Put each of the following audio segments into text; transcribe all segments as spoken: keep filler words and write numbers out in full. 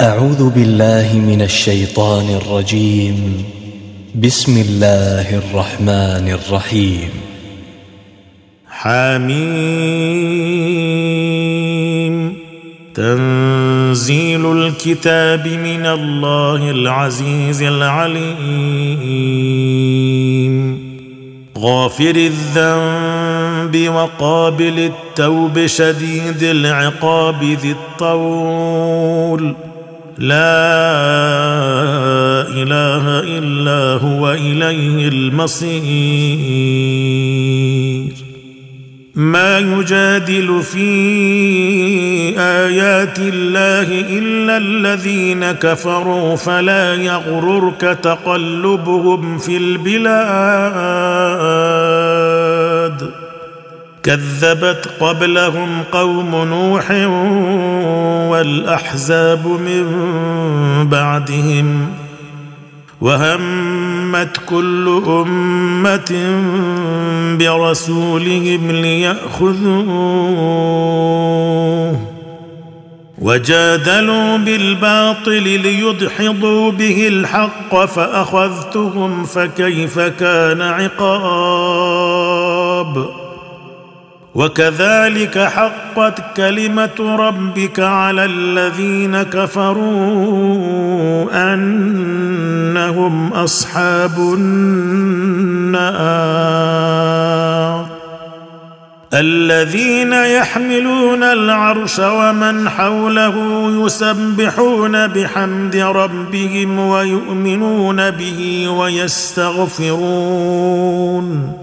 أعوذ بالله من الشيطان الرجيم. بسم الله الرحمن الرحيم. حميم. تنزيل الكتاب من الله العزيز العليم. غافر الذنب وقابل التوب شديد العقاب ذي الطول، لا إله إلا هو إليه المصير. ما يجادل في آيات الله إلا الذين كفروا فلا يغررك تقلبهم في البلاد. كذبت قبلهم قوم نوح والأحزاب من بعدهم، وهمت كل أمة برسولهم ليأخذوه، وجادلوا بالباطل ليدحضوا به الحق فأخذتهم فكيف كان عقاب. وكذلك حقت كلمة ربك على الذين كفروا أنهم أصحاب النار. الذين يحملون العرش ومن حوله يسبحون بحمد ربهم ويؤمنون به ويستغفرون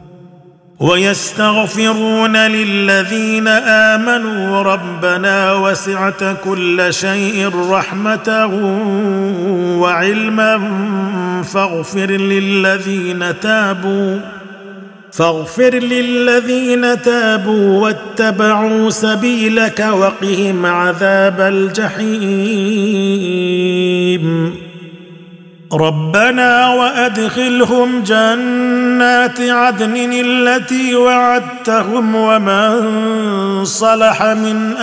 ويستغفرون للذين آمنوا ربنا وسعت كل شيء رحمة وعلما فاغفر للذين تابوا فاغفر للذين تابوا واتبعوا سبيلك وقهم عذاب الجحيم. ربنا وأدخلهم جنات عدن التي وعدتهم ومن صلح من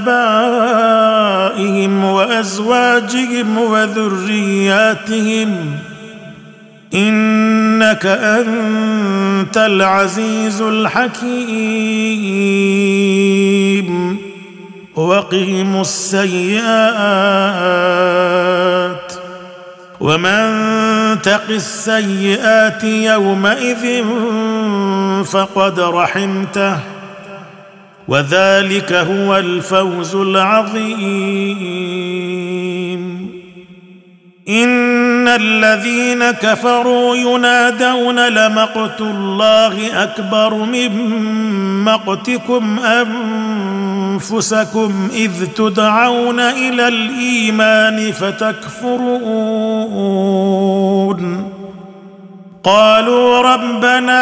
آبائهم وأزواجهم وذرياتهم إنك أنت العزيز الحكيم. وقهم السيئات ومن تق السيئات يومئذ فقد رحمته، وذلك هو الفوز العظيم. إن الذين كفروا ينادون لمقت الله أكبر من مقتكم أنفسكم إذ تدعون إلى الإيمان فتكفرون. قالوا ربنا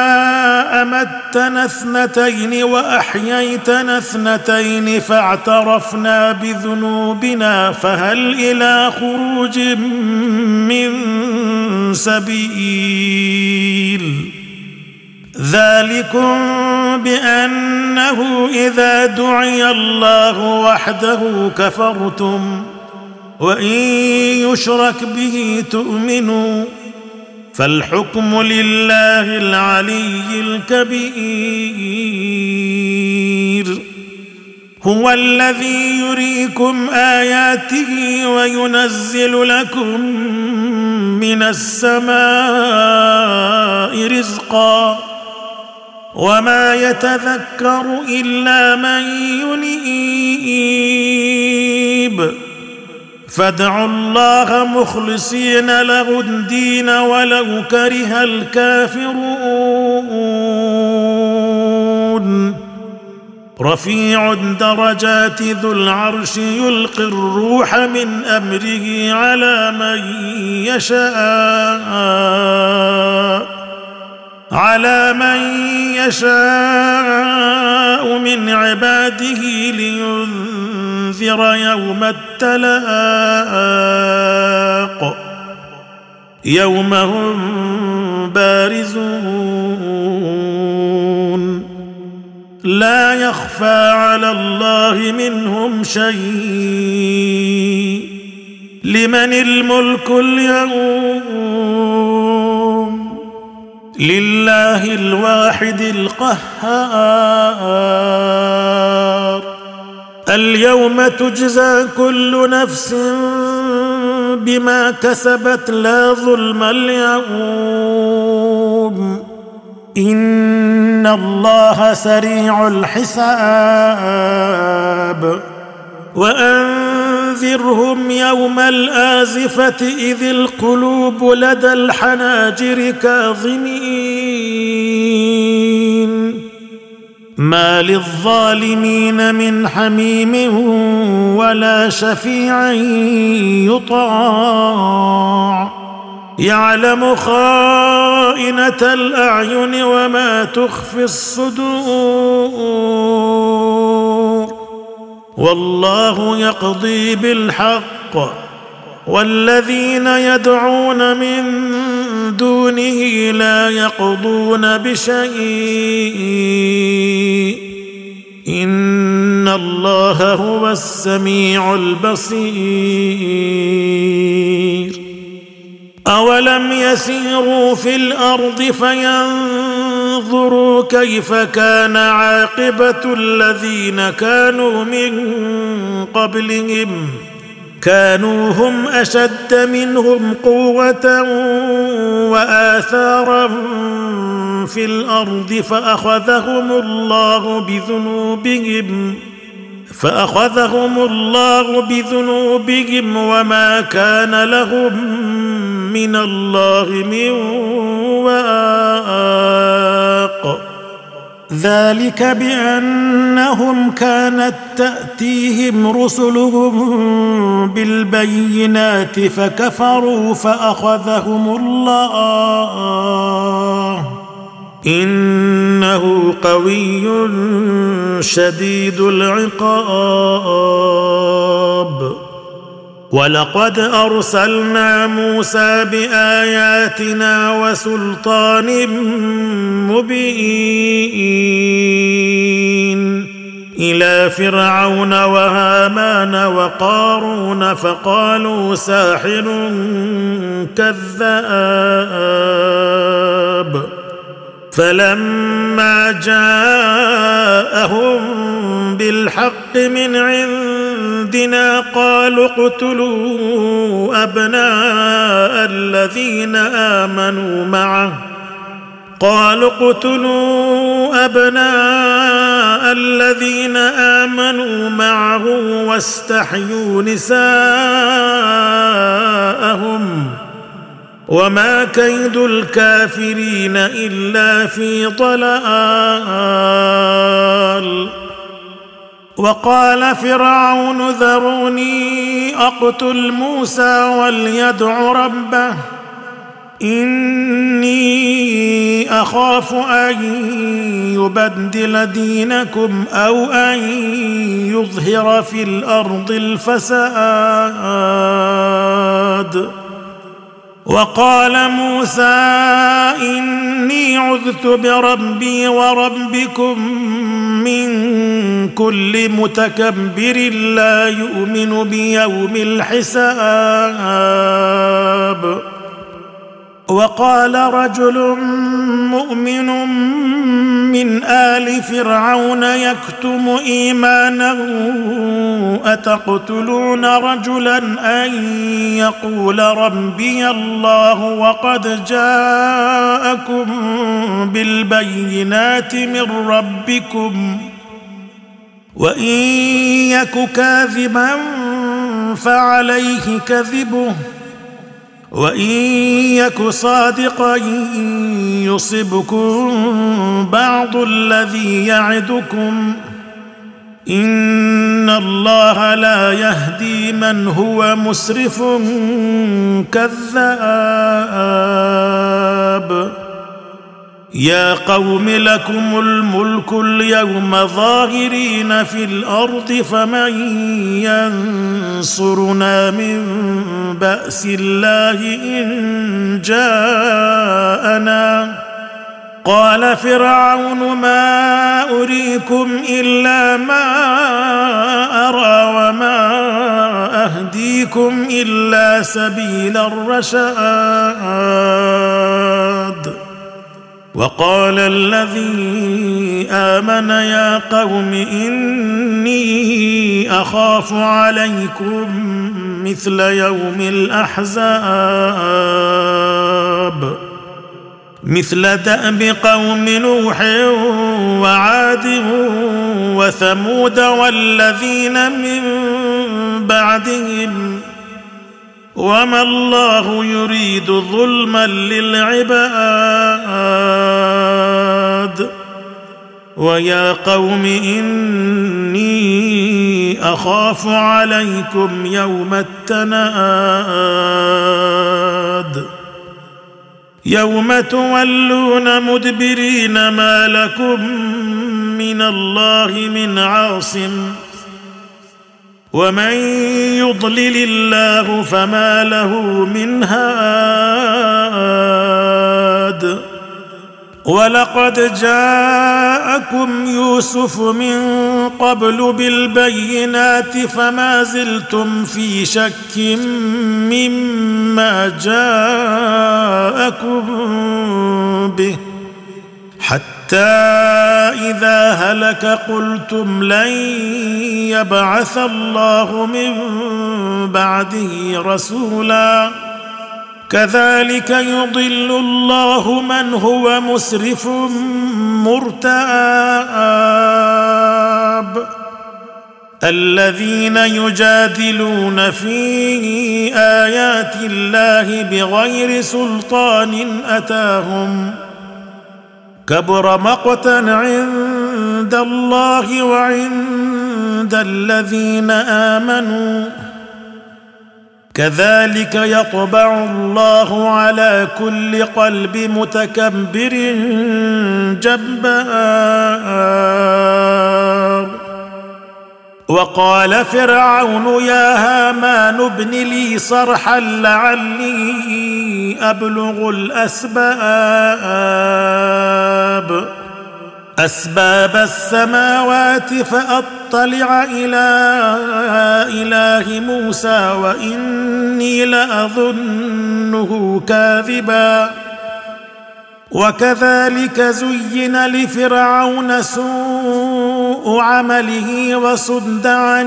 أمتنا اثنتين وأحييتنا اثنتين فاعترفنا بذنوبنا فهل إلى خروج من سبيل. ذلكم بأنه إذا دعي الله وحده كفرتم وإن يشرك به تؤمنوا، فالحكم لله العلي الكبير. هو الذي يريكم آياته وينزل لكم من السماء رزقا وما يتذكر إلا من ينيب. فادعوا الله مخلصين له الدين ولو كره الكافرون. رفيع الدرجات ذو العرش يلقي الروح من أمره على من يشاء على من يشاء من عباده لينذر يوم التلاق يوم هم بارزون لا يخفى على الله منهم شيء لمن الملك اليوم لله الواحد القهار اليوم تجزى كل نفس بما كسبت لا ظلم اليوم إن الله سريع الحساب وأنذرهم يوم الآزفة إذ القلوب لدى الحناجر كاظمين ما للظالمين من حميم ولا شفيع يطاع يعلم خائنة الأعين وما تخفي الصدور والله يقضي بالحق والذين يدعون من دونه لا يقضون بشيء إن الله هو السميع البصير أولم يسيروا في الأرض فينظروا كيف كان عاقبة الذين كانوا من قبلهم كانوا هم أشد منهم قوة وآثارا في الأرض فأخذهم الله بذنوبهم فأخذهم الله بذنوبهم وما كان لهم من الله من واق ذلك بأنهم كانت تأتيهم رسلهم بالبينات فكفروا فأخذهم الله إنه قوي شديد العقاب ولقد أرسلنا موسى بآياتنا وسلطان مبين إلى فرعون وهامان وقارون فقالوا ساحر كذاب فلما جاءهم بالحق من عندنا قالوا اقتلوا أبناء الذين آمنوا معه قالوا اقتلوا أبناء الذين آمنوا معه واستحيوا نساءهم وما كيد الكافرين إلا في ضلال وقال فرعون ذروني أقتل موسى وليدع ربه إني أخاف أن يبدل دينكم أو أن يظهر في الأرض الفساد وقال موسى إني عذت بربي وربكم من كل متكبر لا يؤمن بيوم الحساب وقال رجل مؤمن من آل فرعون يكتم إيمانه أتقتلون رجلا أن يقول ربي الله وقد جاءكم بالبينات من ربكم وإن يك كاذبا فعليه كذبه وإن يك صادقا يصبكم بعض الذي يعدكم إن الله لا يهدي من هو مسرف كذاب يا قوم لكم الملك اليوم ظاهرين في الأرض فمن ينصرنا من بأس الله إن جاءنا قال فرعون ما أريكم إلا ما أرى وما أهديكم إلا سبيل الرشاد. وقال الذي آمن يا قوم إني أخاف عليكم مثل يوم الأحزاب مثل دأب قوم نوح وعاد وثمود والذين من بعدهم وما الله يريد ظلما للعباد. ويا قوم إني أخاف عليكم يوم التناد يوم تولون مدبرين ما لكم من الله من عاصم ومن يضلل الله فما له من هاد. ولقد جاءكم يوسف من قبل بالبينات فما زلتم في شك مما جاءكم به حتى إذا هلك قلتم لن يبعث الله من بعده رسولا كذلك يضل الله من هو مسرف مرتاب. الذين يجادلون في آيات الله بغير سلطان أتاهم كبر مقتا عند الله وعند الذين آمنوا كذلك يطبع الله على كل قلب متكبر جبار. وقال فرعون يا هامان ابن لي صرحا لعلي أبلغ الأسباب أسباب السماوات فأطلع إلى إله موسى وإني لأظنه كاذبا. وكذلك زين لفرعون سوء عمله وصد عن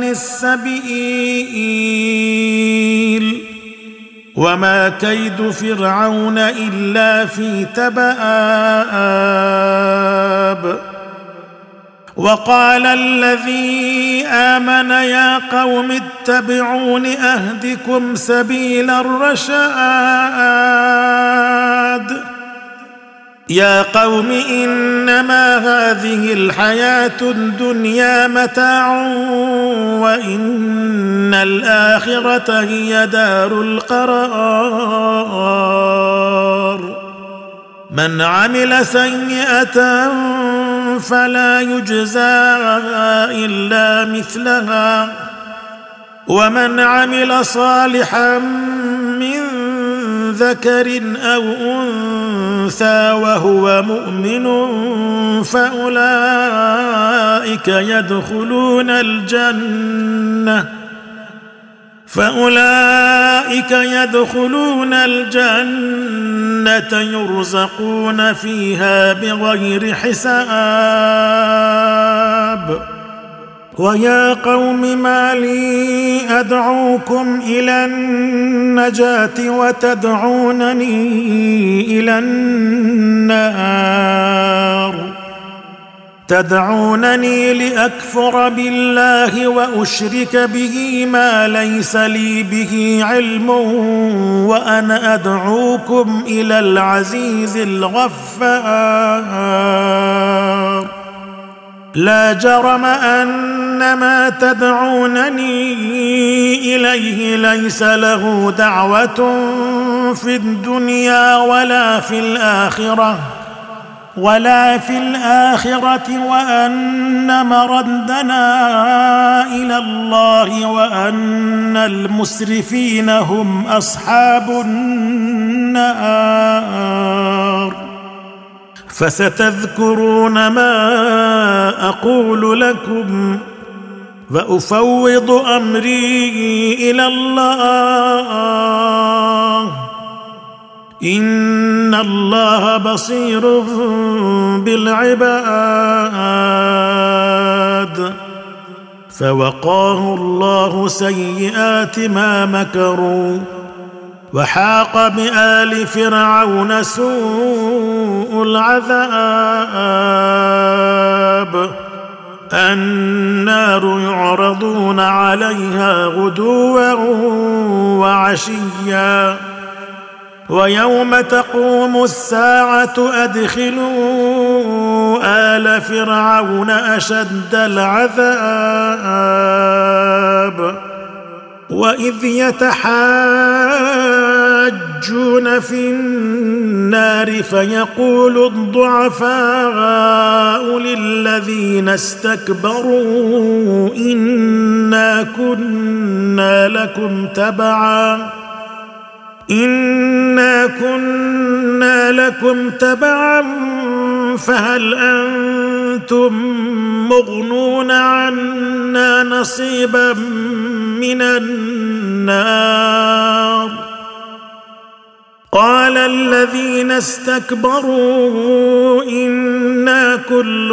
السبيل وما كيد فرعون إلا في تبآب. وقال الذي آمن يا قوم اتبعون أهدكم سبيل الرشاد. يا قوم إنما هذه الحياة الدنيا متاع وإن الآخرة هي دار القرار. من عمل سيئة فلا يجزى إلا مثلها ومن عمل صالحا من ذكر أو أنثى وهو مؤمن فأولئك يدخلون الجنة فأولئك يدخلون الجنة يرزقون فيها بغير حساب. ويا قوم ما لي أدعوكم إلى النجاة وتدعونني إلى النار تدعونني لأكفر بالله وأشرك به ما ليس لي به علم وأنا أدعوكم إلى العزيز الغفار. لا جرم أن ما تدعونني إليه ليس له دعوة في الدنيا ولا في الآخرة ولا في الآخرة وأن مردنا إلى الله وأن المسرفين هم أصحاب النار. فستذكرون ما أقول لكم وأفوض أمري إلى الله إن الله بصير بالعباد. فوقاه الله سيئات ما مكروا وحاق بآل فرعون سوء العذاب. النار يعرضون عليها غدوا وعشيا ويوم تقوم الساعة أدخلوا آل فرعون أشد العذاب. وإذ يتحاجون في النار فيقول الضعفاء للذين استكبروا إنا كنا لكم تبعا إنا كنا لكم تبعا فهل أنتم مغنون عنا نصيبا من النار. قال الذين استكبروا إنا كل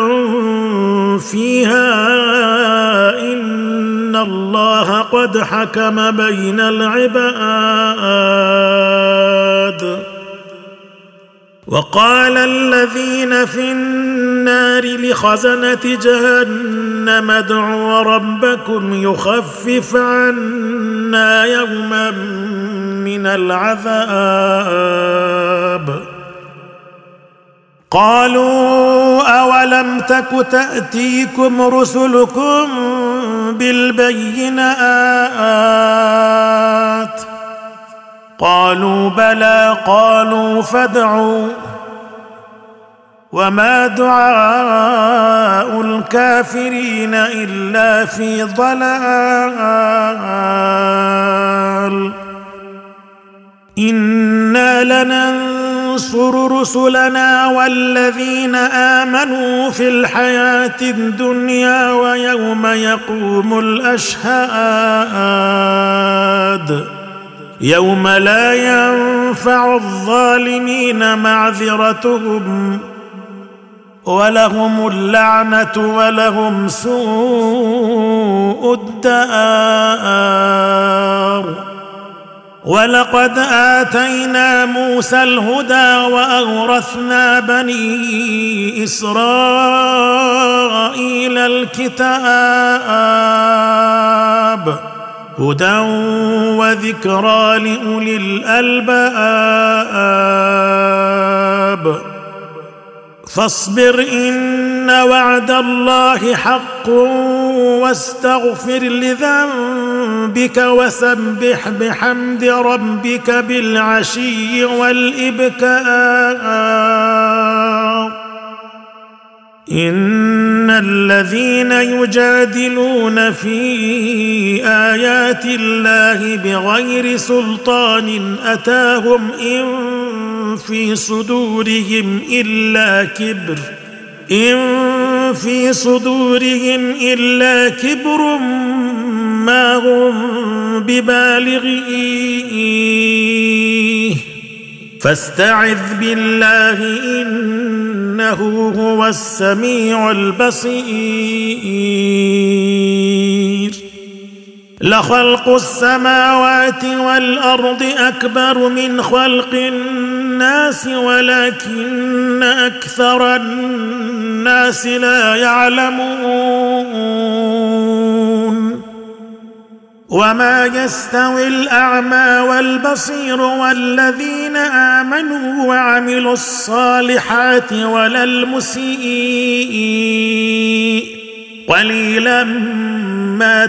فيها إن الله قد حكم بين العباد. وقال الذين في النار لخزنة جهنم ادعوا ربكم يخفف عنا يوما من العذاب. قالوا أولم تك تأتيكم رسلكم بالبينات قالوا بلى قالوا فادعوا وما دعاء الكافرين إلا في ضلال. إنا لننصر رسلنا والذين آمنوا في الحياة الدنيا ويوم يقوم الأشهاد يوم لا ينفع الظالمين معذرتهم ولهم اللعنة ولهم سوء الدار. ولقد آتينا موسى الهدى وأورثنا بني إسرائيل الكتاب هدى وذكرى لأولي الألباب. فاصبر إن وعد الله حق واستغفر لذنبك وسبح بحمد ربك بالعشي والإبكار. إن الذين يجادلون في آيات الله بغير سلطان أتاهم إن في صدورهم إلا كبر إن في صدورهم إلا كبر ما هم ببالغيه فاستعذ بالله إنه هو السميع البصير. لخلق السماوات والأرض أكبر من خلق الناس ولكن أكثر الناس لا يعلمون. وما يستوي الأعمى والبصير والذين آمنوا وعملوا الصالحات ولا المسيء قليلا ما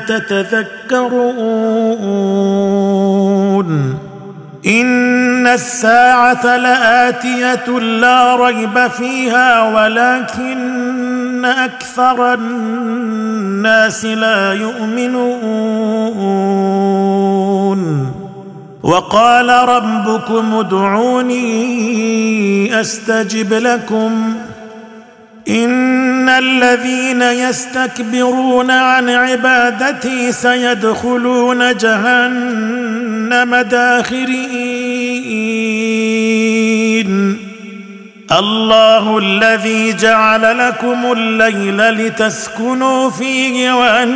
تتذكرون. إن الساعة لآتية لا ريب فيها ولكن أكثر الناس لا يؤمنون. وقال ربكم ادعوني أستجب لكم إن الذين يستكبرون عن عبادتي سيدخلون جهنم داخرين الله الذي جعل لكم الليل لتسكنوا فيه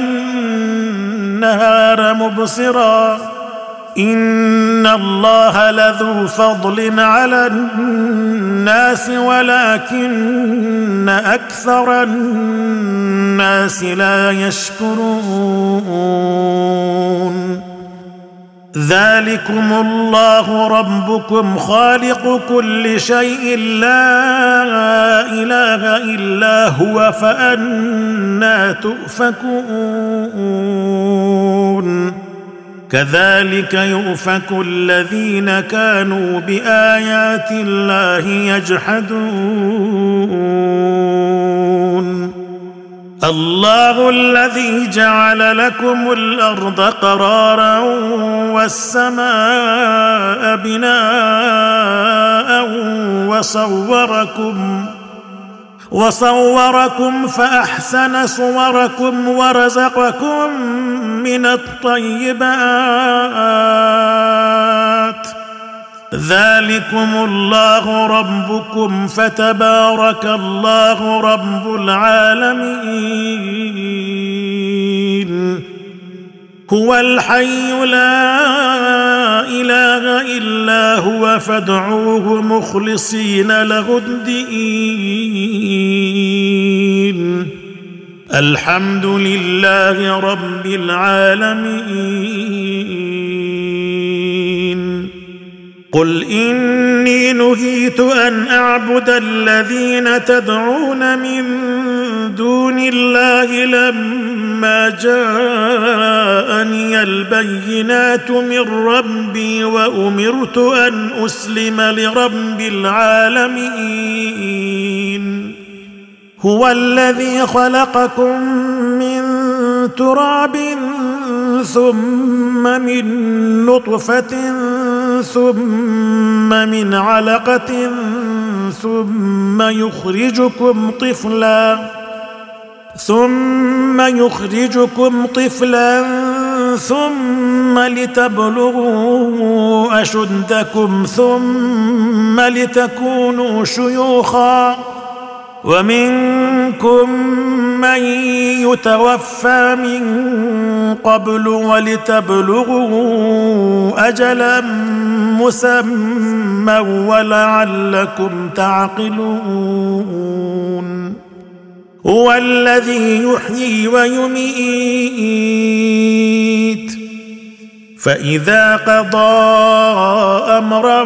والنهار مبصرا إن الله لذو فضل على الناس ولكن أكثر الناس لا يشكرون ذلكم الله ربكم خالق كل شيء لا إله إلا هو فأنى تؤفكون كذلك يؤفك الذين كانوا بآيات الله يجحدون الله الذي جعل لكم الأرض قرارا والسماء بناء وصوركم وصوركم فأحسن صوركم ورزقكم من الطيبات ذلكم الله ربكم فتبارك الله رب العالمين هو الحي لا إله إلا هو فادعوه مخلصين له الدين الحمد لله رب العالمين قل إني نهيت أن أعبد الذين تدعون من دون الله لما جاءني البينات من ربي وأمرت أن أسلم لرب العالمين هو الذي خلقكم من تراب ثم من نطفة ثم من علقة ثم يخرجكم طفلا ثم يخرجكم طفلا ثم لتبلغوا أشدكم ثم لتكونوا شيوخا ومنكم من يتوفى من قبل ولتبلغوا أجلا مسمى ولعلكم تعقلون هو الذي يحيي ويميت فإذا قضى أمرا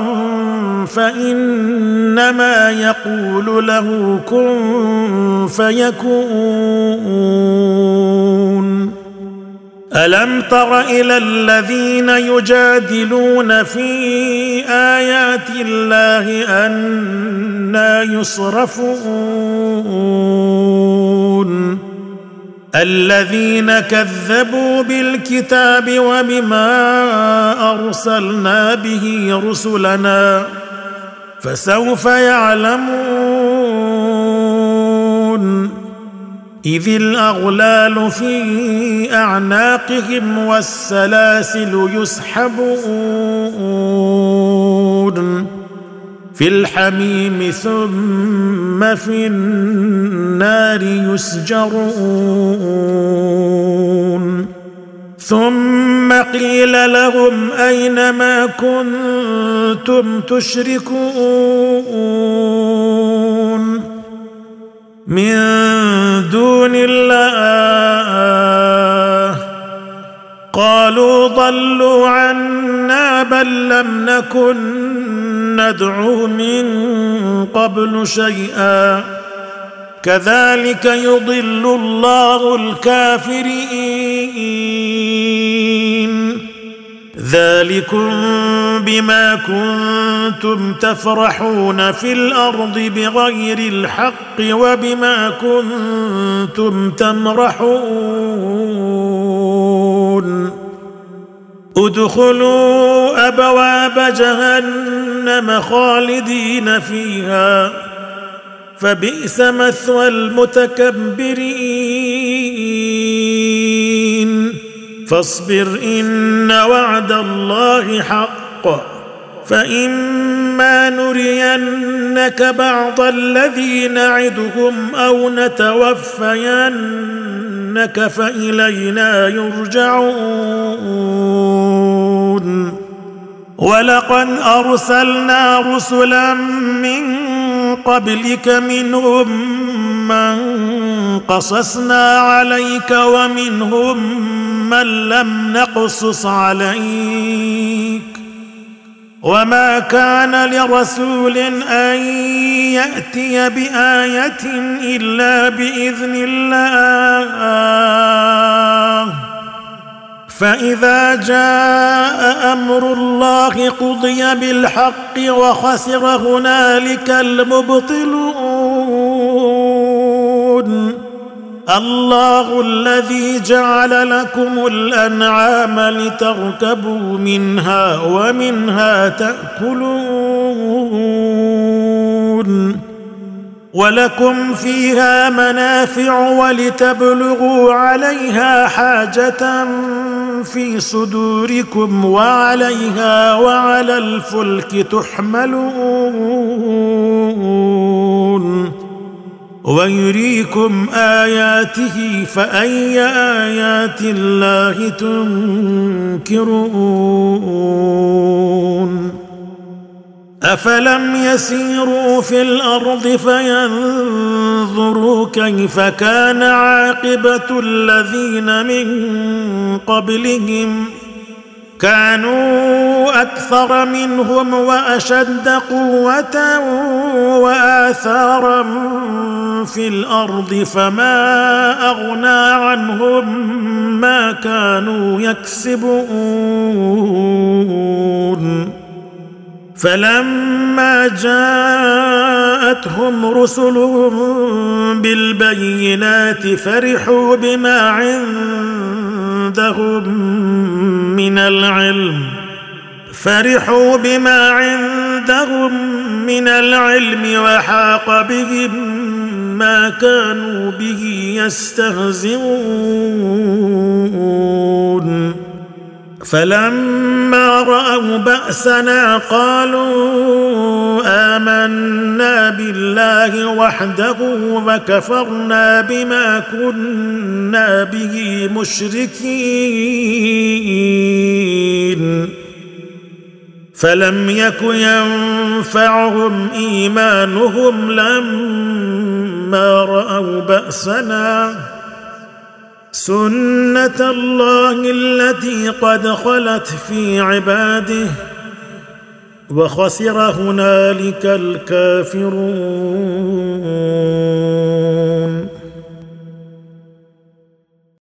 فإنما يقول له كن فيكون ألم تر إلى الذين يجادلون في آيات الله أنى يصرفون الذين كذبوا بالكتاب وبما أرسلنا به رسلنا فسوف يعلمون إذ الأغلال في أعناقهم والسلاسل يسحبون في الحميم ثم في النار يسجرون ثم قيل لهم أين ما كنتم تشركون من دون الله قالوا ضلوا عنا بل لم نكن ندعو من قبل شيئا كذلك يضل الله الكافرين ذلكم بما كنتم تفرحون في الأرض بغير الحق وبما كنتم تمرحون ادخلوا أبواب جهنم خالدين فيها فبئس مثوى المتكبرين فاصبر إن وعد الله حق فإما نرينك بعض الذي نعدهم أو نتوفينك فإلينا يرجعون ولقد أرسلنا رسلا من قبلك منهم من قصصنا عليك ومنهم من لم نقصص عليك وما كان لرسول أن يأتي بآية إلا بإذن الله فإذا جاء أمر الله قضي بالحق وخسر هنالك المبطلون الله الذي جعل لكم الأنعام لتركبوا منها ومنها تأكلون ولكم فيها منافع ولتبلغوا عليها حاجة في صدوركم وعليها وعلى الفلك تحملون ويريكم آياته فأي آيات الله تنكرون أفلم يسيروا في الأرض فينظروا كيف كان عاقبة الذين من قبلهم كانوا أكثر منهم وأشد قوة وآثارا في الأرض فما أغنى عنهم ما كانوا يكسبون فلما جاءتهم رسلهم بالبينات فرحوا بما عندهم من العلم فرحوا بما عندهم من العلم وحاق بهم ما كانوا به يستهزئون فلما رأوا بأسنا قالوا آمنا بالله وحده وكفرنا بما كنا به مشركين فلم يك ينفعهم إيمانهم لما رأوا بأسنا سنة الله التي قد خلت في عباده وخسر هنالك الكافرون